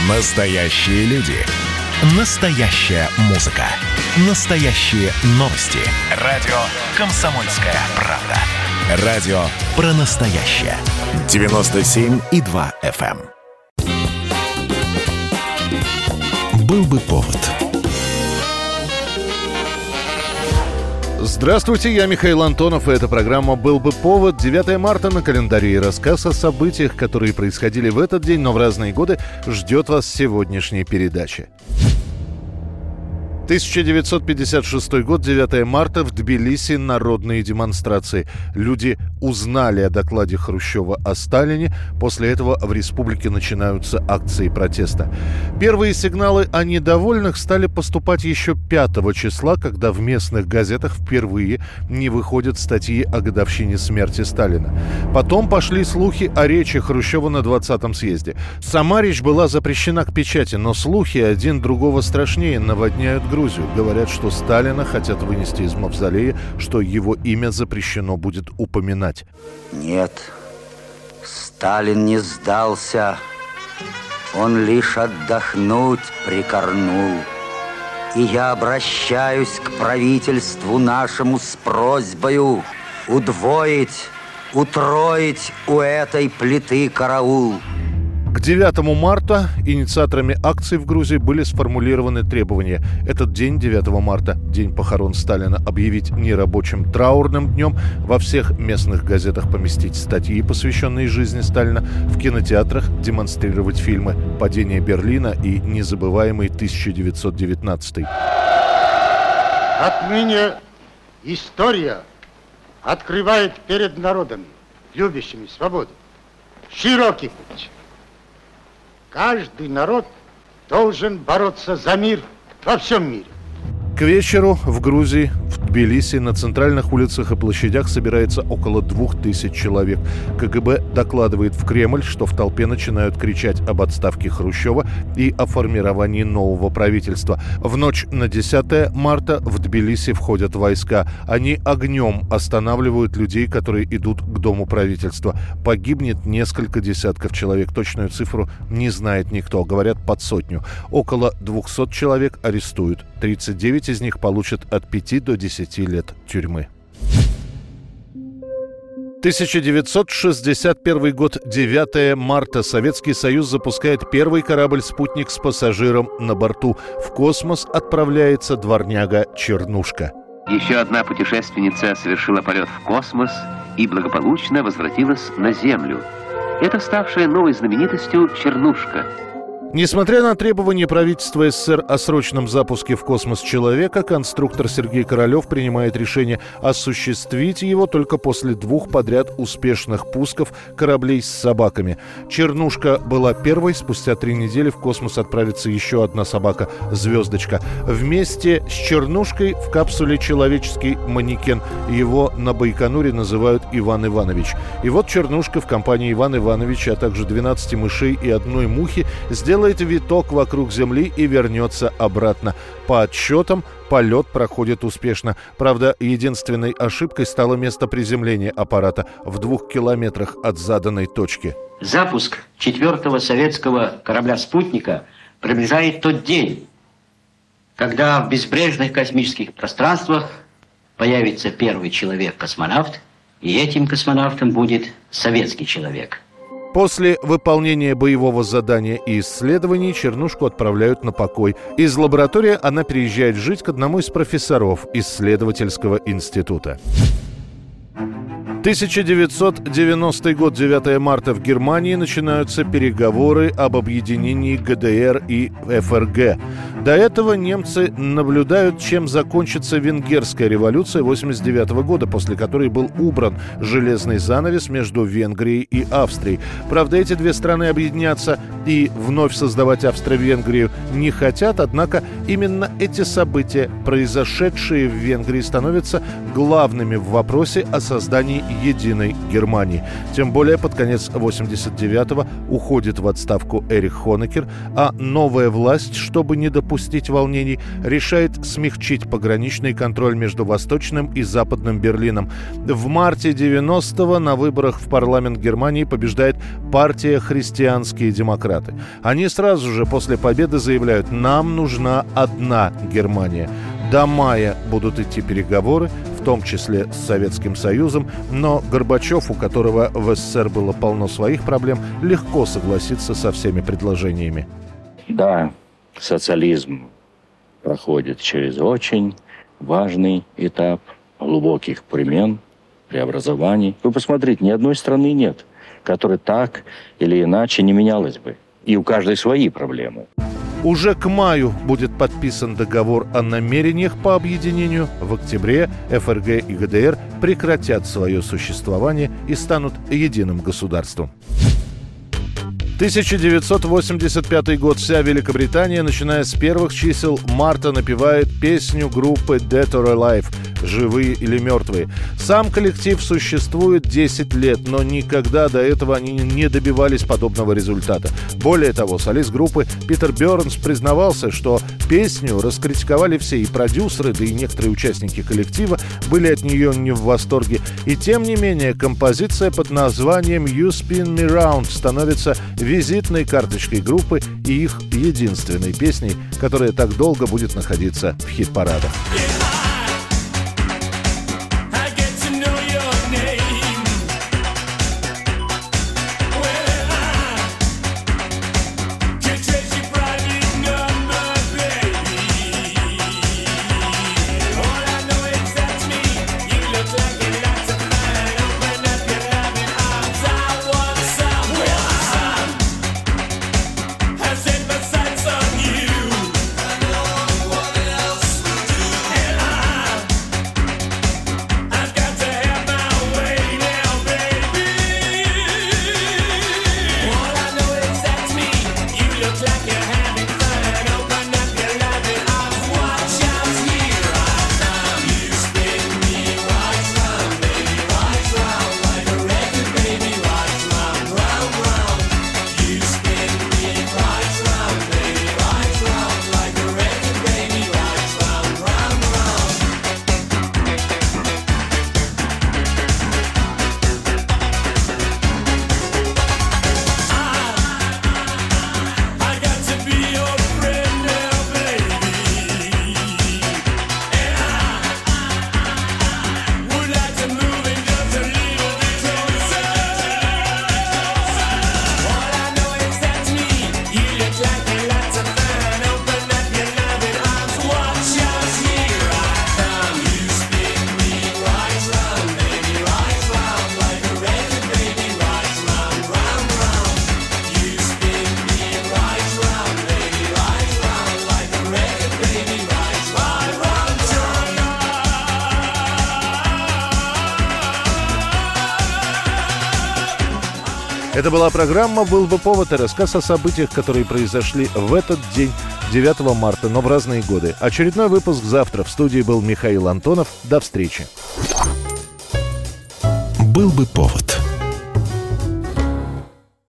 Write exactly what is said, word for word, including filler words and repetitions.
Настоящие люди. Настоящая музыка. Настоящие новости. Радио «Комсомольская правда». Радио про настоящее. девяносто семь и два эф эм. Был бы повод. Здравствуйте, я Михаил Антонов, и эта программа «Был бы повод». девятое марта на календаре, и рассказ о событиях, которые происходили в этот день, но в разные годы, ждет вас в сегодняшней передаче. тысяча девятьсот пятьдесят шестой год, девятое марта, в Тбилиси народные демонстрации. Люди узнали о докладе Хрущева о Сталине. После этого в республике начинаются акции протеста. Первые сигналы о недовольных стали поступать еще пятого числа, когда в местных газетах впервые не выходят статьи о годовщине смерти Сталина. Потом пошли слухи о речи Хрущева на двадцатом съезде. Сама речь была запрещена к печати, но слухи один другого страшнее наводняют Грузию. Говорят, что Сталина хотят вынести из мавзолея, что его имя запрещено будет упоминать. Нет, Сталин не сдался. Он лишь отдохнуть прикорнул. И я обращаюсь к правительству нашему с просьбою удвоить, утроить у этой плиты караул. К девятому марта инициаторами акций в Грузии были сформулированы требования. Этот день, девятого марта, день похорон Сталина, объявить нерабочим траурным днем, во всех местных газетах поместить статьи, посвященные жизни Сталина, в кинотеатрах демонстрировать фильмы «Падение Берлина» и «Незабываемый тысяча девятьсот девятнадцатый». Отныне история открывает перед народами, любящими свободу, широкий путь. Каждый народ должен бороться за мир во всем мире. К вечеру в Грузии, в Тбилиси, на центральных улицах и площадях собирается около двух тысяч человек. ка гэ бэ докладывает в Кремль, что в толпе начинают кричать об отставке Хрущева и о формировании нового правительства. В ночь на десятое марта в Тбилиси входят войска. Они огнем останавливают людей, которые идут к дому правительства. Погибнет несколько десятков человек. Точную цифру не знает никто. Говорят, под сотню. Около двухсот человек арестуют. тридцать девять из них получат от пяти до десяти лет тюрьмы. тысяча девятьсот шестьдесят первый год, девятое марта. Советский Союз запускает первый корабль-спутник с пассажиром на борту. В космос отправляется дворняга Чернушка. Еще одна путешественница совершила полет в космос и благополучно возвратилась на Землю. Это ставшая новой знаменитостью Чернушка. Несмотря на требования правительства эс эс эс эр о срочном запуске в космос человека, конструктор Сергей Королев принимает решение осуществить его только после двух подряд успешных пусков кораблей с собаками. Чернушка была первой, спустя три недели в космос отправится еще одна собака – Звездочка. Вместе с Чернушкой в капсуле человеческий манекен. Его на Байконуре называют Иван Иванович. И вот Чернушка в компании Ивана Ивановича, а также двенадцати мышей и одной мухи сделает виток вокруг Земли и вернется обратно. По отсчетам, полет проходит успешно. Правда, единственной ошибкой стало место приземления аппарата в двух километрах от заданной точки. Запуск четвертого советского корабля-спутника приближает тот день, когда в безбрежных космических пространствах появится первый человек-космонавт, и этим космонавтом будет советский человек. После выполнения боевого задания и исследований Чернушку отправляют на покой. Из лаборатории она переезжает жить к одному из профессоров исследовательского института. тысяча девятьсот девяностый год, девятое марта. В Германии начинаются переговоры об объединении гэ дэ эр и эф эр гэ. До этого немцы наблюдают, чем закончится Венгерская революция восемьдесят девятого года, после которой был убран железный занавес между Венгрией и Австрией. Правда, эти две страны объединяться и вновь создавать Австро-Венгрию не хотят, однако именно эти события, произошедшие в Венгрии, становятся главными в вопросе о создании единой Германии. Тем более под конец восемьдесят девятого уходит в отставку Эрих Хонекер, а новая власть, чтобы не допустить допустить волнений, решает смягчить пограничный контроль между Восточным и Западным Берлином. В марте девяностого на выборах в парламент Германии побеждает партия «Христианские демократы». Они сразу же после победы заявляют: «Нам нужна одна Германия». До мая будут идти переговоры, в том числе с Советским Союзом, но Горбачев, у которого в СССР было полно своих проблем, легко согласится со всеми предложениями. Да, социализм проходит через очень важный этап глубоких перемен, преобразований. Вы посмотрите, ни одной страны нет, которая так или иначе не менялась бы. И у каждой свои проблемы. Уже к маю будет подписан договор о намерениях по объединению. В октябре ФРГ и ГДР прекратят свое существование и станут единым государством. тысяча девятьсот восемьдесят пятый год. Вся Великобритания, начиная с первых чисел марта, напевает песню группы Dead or Alive «Живые или мертвые». Сам коллектив существует десять лет, но никогда до этого они не добивались подобного результата. Более того, солист группы Питер Бёрнс признавался, что песню раскритиковали все, и продюсеры, да и некоторые участники коллектива были от нее не в восторге. И тем не менее, композиция под названием «You Spin Me Round» становится визитной карточкой группы и их единственной песней, которая так долго будет находиться в хит-парадах. Это была программа «Был бы повод» и рассказ о событиях, которые произошли в этот день, девятого марта, но в разные годы. Очередной выпуск завтра. В студии был Михаил Антонов. До встречи. «Был бы повод».